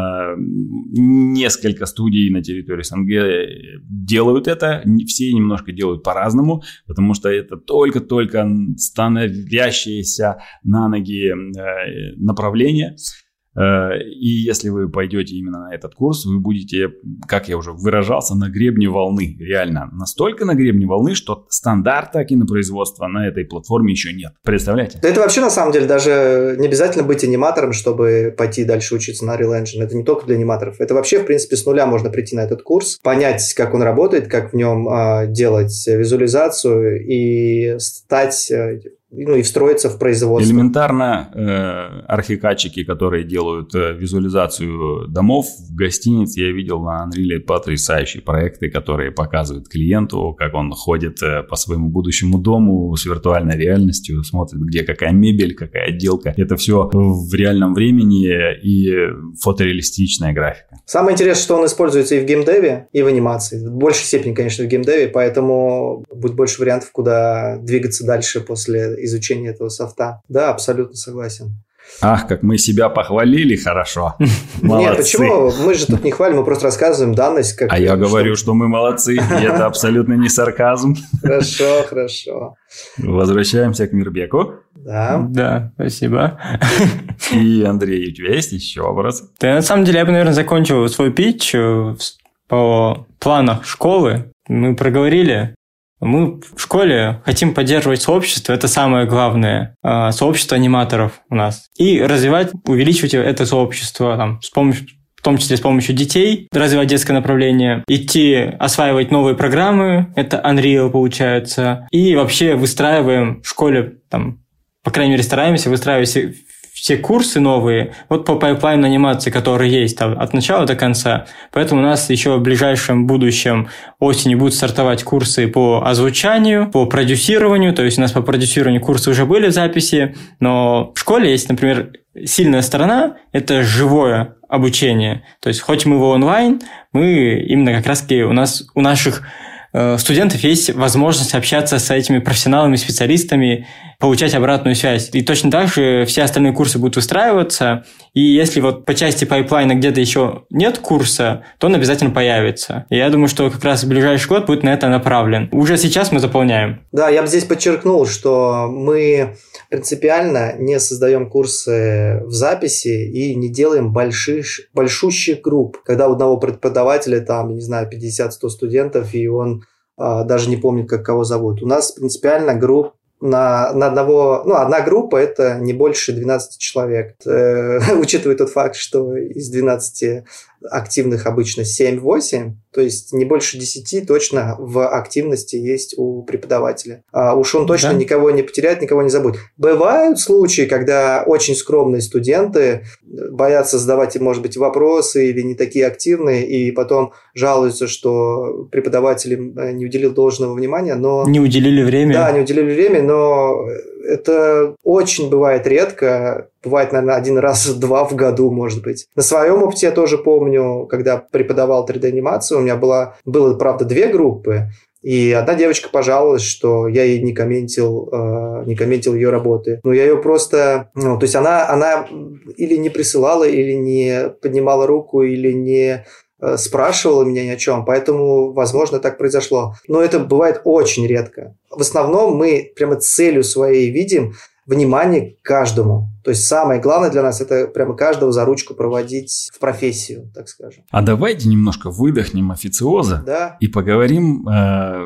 Несколько студий на территории СНГ делают это, все немножко делают по-разному, потому что это только-только становящееся на ноги направление. И если вы пойдете именно на этот курс, вы будете, как я уже выражался, на гребне волны. Реально, настолько на гребне волны, что стандарта кинопроизводства на этой платформе еще нет. Представляете? Да это вообще, на самом деле, даже не обязательно быть аниматором, чтобы пойти дальше учиться на Unreal Engine. Это не только для аниматоров. Это вообще, в принципе, с нуля можно прийти на этот курс, понять, как он работает, как в нем э, делать визуализацию и стать... Э, ну и встроиться в производство. Элементарно э, архикадчики, которые делают э, визуализацию домов в гостинице, я видел на Unreal потрясающие проекты, которые показывают клиенту, как он ходит э, по своему будущему дому с виртуальной реальностью, смотрит, где какая мебель, какая отделка. Это все в реальном времени и фотореалистичная графика. Самое интересное, что он используется и в геймдеве, и в анимации. В большей степени, конечно, в геймдеве, поэтому будет больше вариантов, куда двигаться дальше после изучения этого софта. Да, абсолютно согласен. Ах, как мы себя похвалили хорошо. Молодцы. Нет, почему? Мы же тут не хвалим, мы просто рассказываем данность. Как, а я что... говорю, что мы молодцы, и это абсолютно не сарказм. Хорошо, хорошо. Возвращаемся к Мирбеку. Да. Да, спасибо. И, Андрей, у тебя есть еще вопрос? Да, на самом деле, я бы, наверное, закончил свой питч по планах школы. Мы проговорили. Мы в школе хотим поддерживать сообщество, это самое главное, сообщество аниматоров у нас. И развивать, увеличивать это сообщество, там, с помощью, в том числе с помощью детей, развивать детское направление, идти осваивать новые программы, это Unreal получается, и вообще выстраиваем в школе, там, по крайней мере, стараемся выстраивать все курсы новые вот по пайплайну анимации, который есть там от начала до конца. Поэтому у нас еще в ближайшем будущем осенью будут стартовать курсы по озвучанию, по продюсированию. То есть у нас по продюсированию курсы уже были в записи, но в школе есть, например, сильная сторона – это живое обучение. То есть хоть мы его онлайн, мы именно как раз-таки у нас, у наших студентов есть возможность общаться с этими профессионалами, специалистами, получать обратную связь. И точно так же все остальные курсы будут выстраиваться. И если вот по части пайплайна где-то еще нет курса, то он обязательно появится. И я думаю, что как раз ближайший год будет на это направлен. Уже сейчас мы заполняем. Да, я бы здесь подчеркнул, что мы принципиально не создаем курсы в записи и не делаем больших, большущих групп. Когда у одного преподавателя там, не знаю, пятьдесят-сто студентов, и он а, даже не помнит, как кого зовут. У нас принципиально групп на, на одного, ну, одна группа – это не больше двенадцати человек. Э, учитывая тот факт, что из двенадцати активных обычно семь-восемь, то есть не больше десяти точно в активности есть у преподавателя. А уж он точно да. никого не потеряет, никого не забудет. Бывают случаи, когда очень скромные студенты боятся задавать, может быть, вопросы или не такие активные, и потом жалуются, что преподаватель им не уделил должного внимания, но... Не уделили время. Да, не уделили время, но это очень бывает редко. Бывает, наверное, один раз-два в году, может быть. На своем опыте я тоже помню, когда преподавал три дэ-анимацию, у меня была, было, правда, две группы, и одна девочка пожаловалась, что я ей не комментил, э, не комментил ее работы. Но я ее просто... Ну, то есть она, она или не присылала, или не поднимала руку, или не э, спрашивала меня ни о чем. Поэтому, возможно, так произошло. Но это бывает очень редко. В основном мы прямо целью своей видим внимание к каждому. То есть самое главное для нас – это прямо каждого за ручку проводить в профессию, так скажем. А давайте немножко выдохнем официоза да. и поговорим э,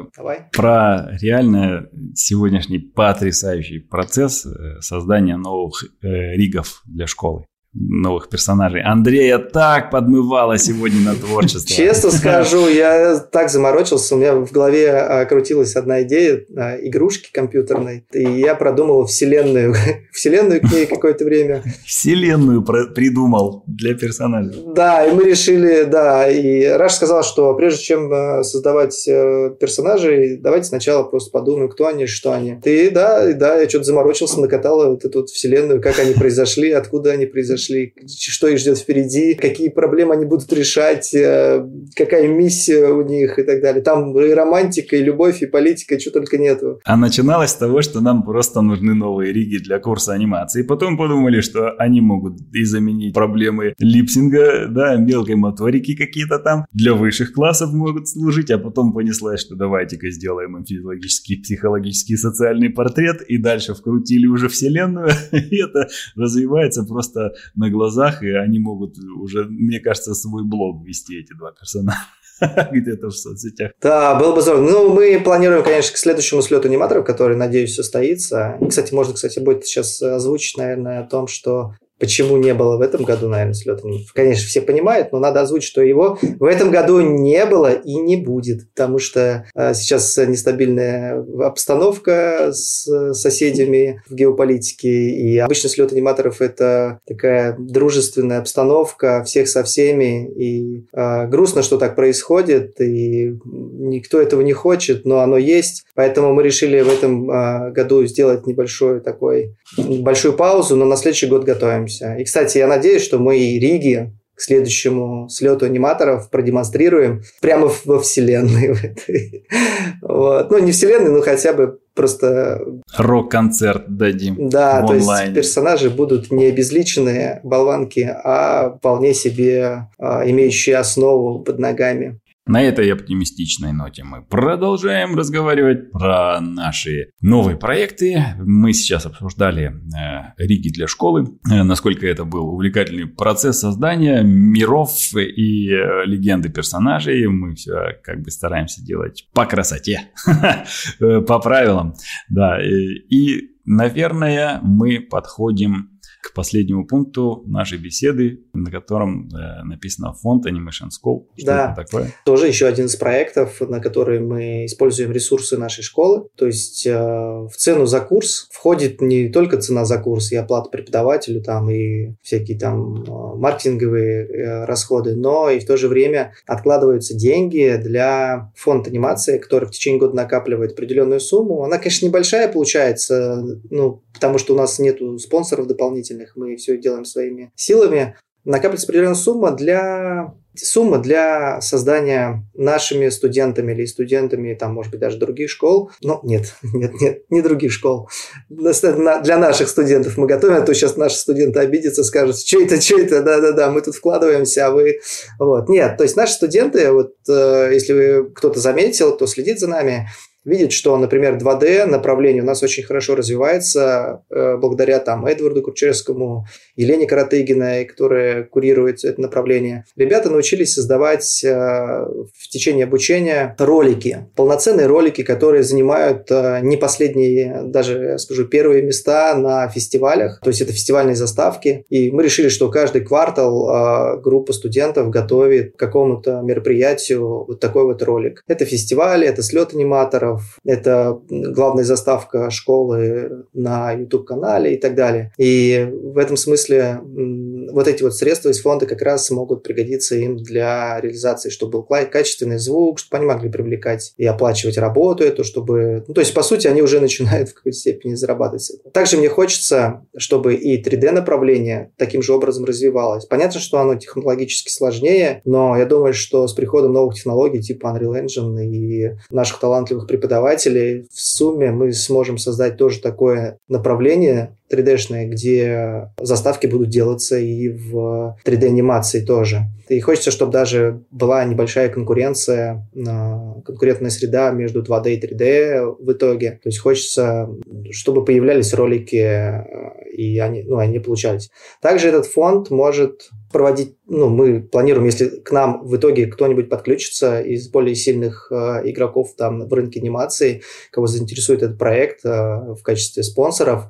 про реально сегодняшний потрясающий процесс создания новых э, ригов для школы. Новых персонажей. Андрея так подмывало сегодня на творчество. Честно скажу, я так заморочился, у меня в голове а, крутилась одна идея а, игрушки компьютерной, и я продумал вселенную, вселенную к ней какое-то время. Вселенную про- придумал для персонажей. Да, и мы решили, да, и Раш сказал, что прежде чем создавать э, персонажей, давайте сначала просто подумаем, кто они, что они. И да, и да, я что-то заморочился, накатал вот эту вот вселенную, как они произошли, откуда они произошли, что их ждет впереди, какие проблемы они будут решать, какая миссия у них и так далее. Там и романтика, и любовь, и политика, чего только нету. А начиналось с того, что нам просто нужны новые риги для курса анимации. Потом подумали, что они могут и заменить проблемы липсинга, да, мелкой моторики какие-то там, для высших классов могут служить, а потом понеслась, что давайте-ка сделаем им физиологический, психологический, социальный портрет, и дальше вкрутили уже вселенную, и это развивается просто на глазах, и они могут уже, мне кажется, свой блог вести, эти два персонажа. Где-то в соцсетях. Да, было бы здорово. Ну, мы планируем, конечно, к следующему слету аниматоров, который, надеюсь, состоится. И, кстати, можно, кстати, будет сейчас озвучить, наверное, о том, что почему не было в этом году, наверное, слета. Конечно, все понимают, но надо озвучить, что его в этом году не было и не будет, потому что э, сейчас нестабильная обстановка с соседями в геополитике, и обычно слет аниматоров – это такая дружественная обстановка всех со всеми, и э, грустно, что так происходит, и никто этого не хочет, но оно есть, поэтому мы решили в этом э, году сделать небольшой такой, большую паузу, но на следующий год готовим. И, кстати, я надеюсь, что мы и риги к следующему слету аниматоров продемонстрируем прямо во вселенной. Вот. Ну, не вселенной, но хотя бы просто... Рок-концерт дадим. Да, то есть персонажи будут не обезличенные болванки, а вполне себе а, имеющие основу под ногами. На этой оптимистичной ноте мы продолжаем разговаривать про наши новые проекты. Мы сейчас обсуждали э, риги для школы, э, насколько это был увлекательный процесс создания миров и э, легенды персонажей. Мы все как бы стараемся делать по красоте, по правилам. Да, и, наверное, мы подходим к последнему пункту нашей беседы, на котором э, написано фонд Animation School. Что да, это такое? Тоже еще один из проектов, на который мы используем ресурсы нашей школы. То есть э, в цену за курс входит не только цена за курс и оплата преподавателю, там, и всякие там маркетинговые э, расходы, но и в то же время откладываются деньги для фонда анимации, который в течение года накапливает определенную сумму. Она, конечно, небольшая получается, ну, потому что у нас нету спонсоров дополнительных, мы все делаем своими силами. Накапливается определенная сумма для, сумма для создания нашими студентами или студентами, там, может быть, даже других школ. Но нет, нет, нет, не других школ. Для наших студентов мы готовим, а то сейчас наши студенты обидятся, скажут, что это, что это, да-да-да, мы тут вкладываемся, а вы... Вот. Нет, то есть наши студенты, вот, если вы, кто-то заметил, кто следит за нами, видит, что, например, два дэ направление у нас очень хорошо развивается э, благодаря там Эдварду Курчевскому, Елене Каратыгиной, которая курирует это направление. Ребята научились создавать э, в течение обучения ролики, полноценные ролики, которые занимают э, не последние, даже, я скажу, первые места на фестивалях. То есть это фестивальные заставки. И мы решили, что каждый квартал э, группа студентов готовит к какому-то мероприятию вот такой вот ролик. Это фестивали, это слет аниматоров, это главная заставка школы на YouTube-канале и так далее. И в этом смысле вот эти вот средства из фонда как раз могут пригодиться им для реализации, чтобы был качественный звук, чтобы они могли привлекать и оплачивать работу эту, чтобы... Ну, то есть, по сути, они уже начинают в какой-то степени зарабатывать с этого. Также мне хочется, чтобы и три дэ-направление таким же образом развивалось. Понятно, что оно технологически сложнее, но я думаю, что с приходом новых технологий типа Unreal Engine и наших талантливых преподавателей преподавателей, в сумме мы сможем создать тоже такое направление три дэ-шное, где заставки будут делаться и в три дэ-анимации тоже. И хочется, чтобы даже была небольшая конкуренция, конкурентная среда между два дэ и три дэ в итоге. То есть хочется, чтобы появлялись ролики, и они, ну, они получались. Также этот фонд может проводить, ну, мы планируем, если к нам в итоге кто-нибудь подключится из более сильных э, игроков там в рынке анимации, кого заинтересует этот проект э, в качестве спонсоров,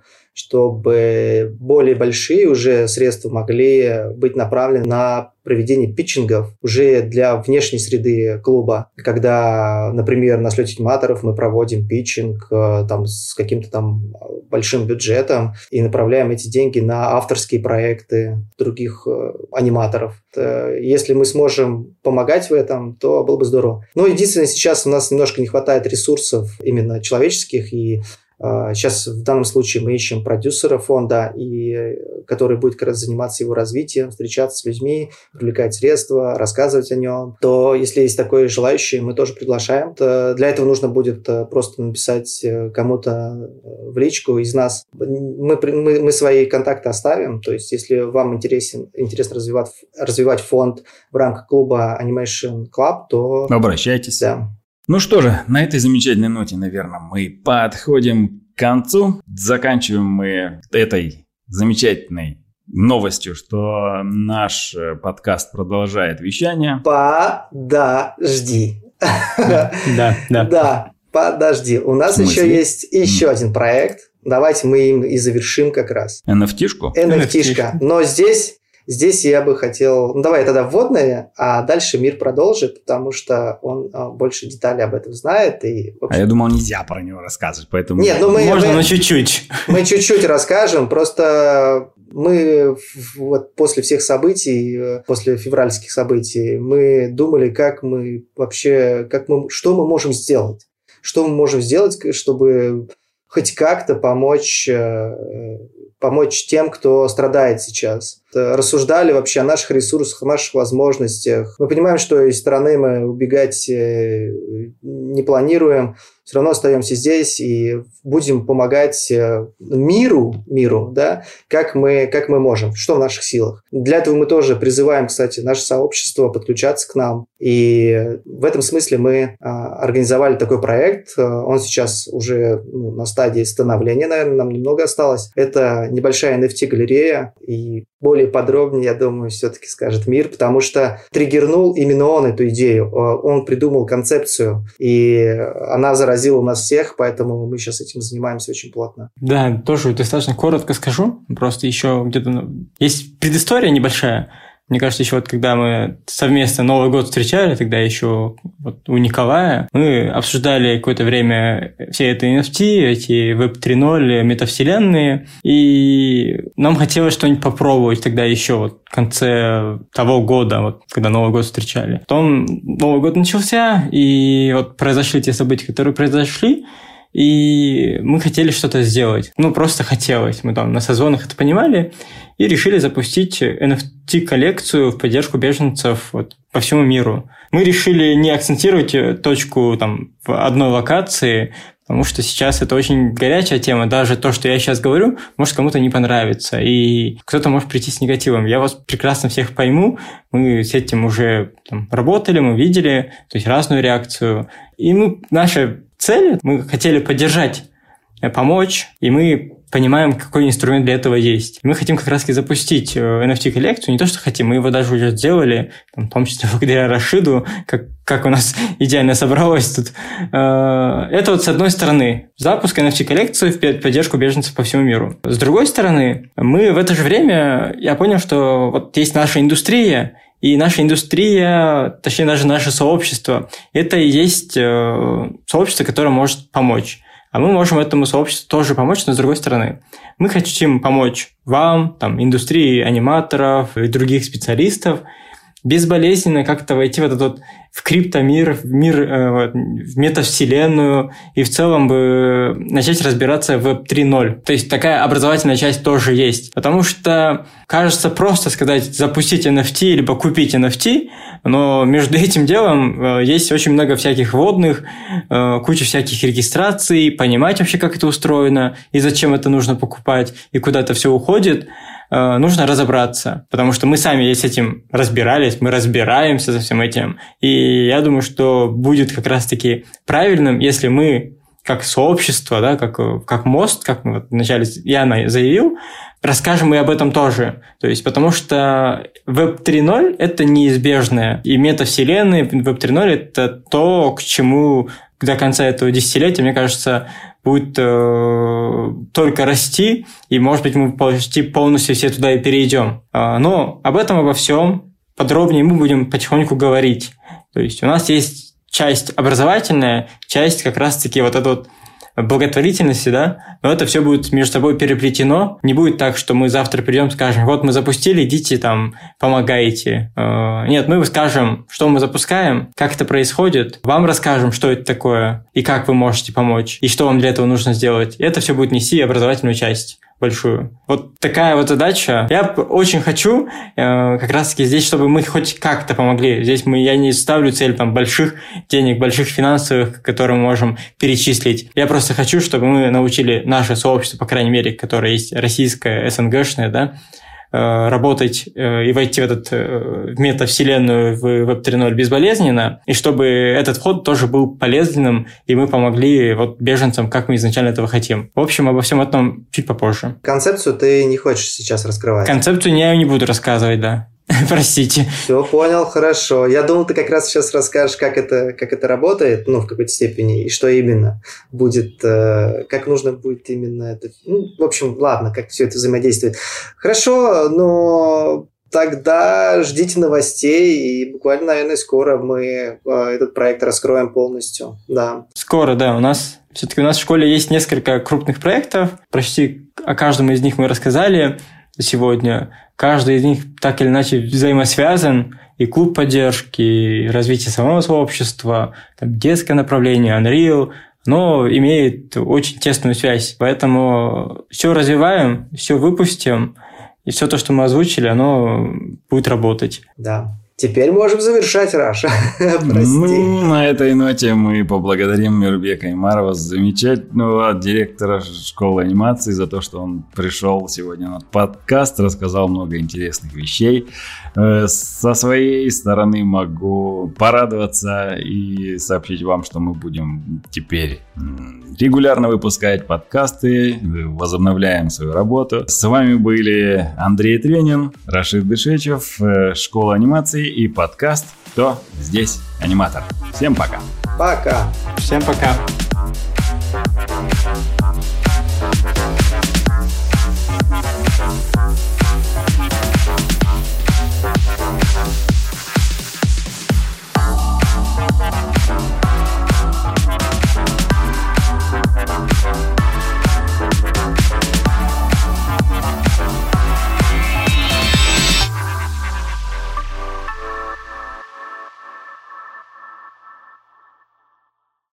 чтобы более большие уже средства могли быть направлены на проведение питчингов уже для внешней среды клуба. Когда, например, на слете аниматоров мы проводим питчинг э, там, с каким-то там большим бюджетом и направляем эти деньги на авторские проекты других э, аниматоров. Если мы сможем помогать в этом, то было бы здорово. Но единственное, сейчас у нас немножко не хватает ресурсов именно человеческих, и сейчас в данном случае мы ищем продюсера фонда, и, который будет как раз заниматься его развитием, встречаться с людьми, привлекать средства, рассказывать о нем. То, если есть такое желающее, мы тоже приглашаем. То для этого нужно будет просто написать кому-то в личку из нас. Мы, мы, мы свои контакты оставим. То есть, если вам интересен, интересно развивать, развивать фонд в рамках клуба Animation Club, то... Обращайтесь. Да. Ну что же, на этой замечательной ноте, наверное, мы подходим к концу. Заканчиваем мы этой замечательной новостью, что наш подкаст продолжает вещание. Подожди. Да, да. Да, подожди. У нас еще есть еще один проект. Давайте мы им и завершим как раз. эн эф ти-шку? эн эф ти-шка. Но здесь... Здесь я бы хотел... Ну, давай тогда вводные, а дальше Мир продолжит, потому что он а, больше деталей об этом знает. И, общем... А я думал, нельзя про него рассказывать, поэтому... Нет, ну мы... Можно, мы, но чуть-чуть. Мы чуть-чуть расскажем, просто мы вот после всех событий, после февральских событий, мы думали, как мы вообще... Как мы, что мы можем сделать? Что мы можем сделать, чтобы хоть как-то помочь... помочь тем, кто страдает сейчас. Рассуждали вообще о наших ресурсах, о наших возможностях. Мы понимаем, что из страны мы убегать не планируем, все равно остаемся здесь и будем помогать миру, миру, да, как мы, как мы можем, что в наших силах. Для этого мы тоже призываем, кстати, наше сообщество подключаться к нам. И в этом смысле мы а, организовали такой проект. Он сейчас уже ну, на стадии становления, наверное, нам немного осталось. Это небольшая эн эф ти-галерея и более более подробнее, я думаю, все-таки скажет Мир, потому что триггернул именно он эту идею. Он придумал концепцию, и она заразила нас всех, поэтому мы сейчас этим занимаемся очень плотно. Да, тоже достаточно коротко скажу. Просто еще где-то есть предыстория небольшая. Мне кажется, еще вот когда мы совместно Новый год встречали, тогда еще вот у Николая, мы обсуждали какое-то время все это эн эф ти, эти веб три ноль, метавселенные, и нам хотелось что-нибудь попробовать тогда еще вот в конце того года, вот когда Новый год встречали. Потом Новый год начался, и вот произошли те события, которые произошли, и мы хотели что-то сделать. Ну, просто хотелось. Мы там на созвонах это понимали и решили запустить эн эф ти-коллекцию в поддержку беженцев вот, по всему миру. Мы решили не акцентировать точку там, в одной локации, потому что сейчас это очень горячая тема. Даже то, что я сейчас говорю, может кому-то не понравится. И кто-то может прийти с негативом. Я вас прекрасно всех пойму. Мы с этим уже там, работали, мы видели, то есть разную реакцию. И мы, наша цель, мы хотели поддержать, помочь, и мы понимаем, какой инструмент для этого есть. Мы хотим как раз-таки запустить эн эф ти-коллекцию, не то, что хотим, мы его даже уже сделали, там, в том числе благодаря Рашиду, как, как у нас идеально собралось тут. Это вот с одной стороны запуск эн эф ти-коллекции в поддержку беженцев по всему миру. С другой стороны, мы в это же время, я понял, что вот есть наша индустрия, и наша индустрия, точнее даже наше сообщество, это и есть сообщество, которое может помочь. А мы можем этому сообществу тоже помочь, но с другой стороны. Мы хотим помочь вам, там, индустрии аниматоров и других специалистов, безболезненно как-то войти в этот вот в криптомир, в мир, э, в метавселенную и в целом бы начать разбираться в веб три ноль. То есть такая образовательная часть тоже есть. Потому что кажется просто сказать запустить эн эф ти либо купить эн эф ти, но между этим делом э, есть очень много всяких вводных, э, куча всяких регистраций, понимать вообще, как это устроено и зачем это нужно покупать и куда это все уходит. Нужно разобраться, потому что мы сами с этим разбирались, мы разбираемся со всем этим. И я думаю, что будет как раз-таки правильным, если мы как сообщество, да, как, как мост, как вот вначале я заявил, расскажем и об этом тоже. То есть, потому что веб три ноль – это неизбежное. И метавселенные, веб три ноль – это то, к чему до конца этого десятилетия, мне кажется, будет э, только расти, и, может быть, мы почти полностью все туда и перейдем. Э, но об этом, обо всем подробнее мы будем потихоньку говорить. То есть у нас есть часть образовательная, часть как раз-таки вот эта вот благотворительности, да, но это все будет между собой переплетено. Не будет так, что мы завтра придем и скажем, вот мы запустили, идите там, помогайте. Нет, мы скажем, что мы запускаем, как это происходит, вам расскажем, что это такое, и как вы можете помочь, и что вам для этого нужно сделать. И это все будет нести образовательную часть большую. Вот такая вот задача. Я очень хочу э, как раз-таки здесь, чтобы мы хоть как-то помогли. Здесь мы, я не ставлю цель там больших денег, больших финансовых, которые мы можем перечислить. Я просто хочу, чтобы мы научили наше сообщество, по крайней мере, которое есть российское, эс эн гэшное, да, э, работать э, и войти в этот э, в метавселенную, в веб три ноль безболезненно, и чтобы этот вход тоже был полезным, и мы помогли вот беженцам, как мы изначально этого хотим. В общем, обо всем этом чуть попозже. Концепцию ты не хочешь сейчас раскрывать? Концепцию я не буду рассказывать, да. Простите. Все, понял, хорошо. Я думал, ты как раз сейчас расскажешь, как это, как это работает, ну, в какой-то степени, и что именно будет, э, как нужно будет именно это... Ну, в общем, ладно, как все это взаимодействует. Хорошо, но тогда ждите новостей, и буквально, наверное, скоро мы э, этот проект раскроем полностью, да. Скоро, да, у нас... Все-таки у нас в школе есть несколько крупных проектов, почти о каждом из них мы рассказали сегодня. Каждый из них так или иначе взаимосвязан. И клуб поддержки, и развитие самого сообщества, там, детское направление, Unreal, но имеет очень тесную связь. Поэтому все развиваем, все выпустим, и все то, что мы озвучили, оно будет работать. Да. Теперь можем завершать, Раша. Прости. Ну, на этой ноте мы поблагодарим Мирбека Имарова, замечательного директора школы анимации, за то, что он пришел сегодня на подкаст, рассказал много интересных вещей. Со своей стороны могу порадоваться и сообщить вам, что мы будем теперь регулярно выпускать подкасты, возобновляем свою работу. С вами были Андрей Тренин, Рашид Дышечев, школа анимации и подкаст «Кто здесь аниматор?». Всем пока. Пока. Всем пока.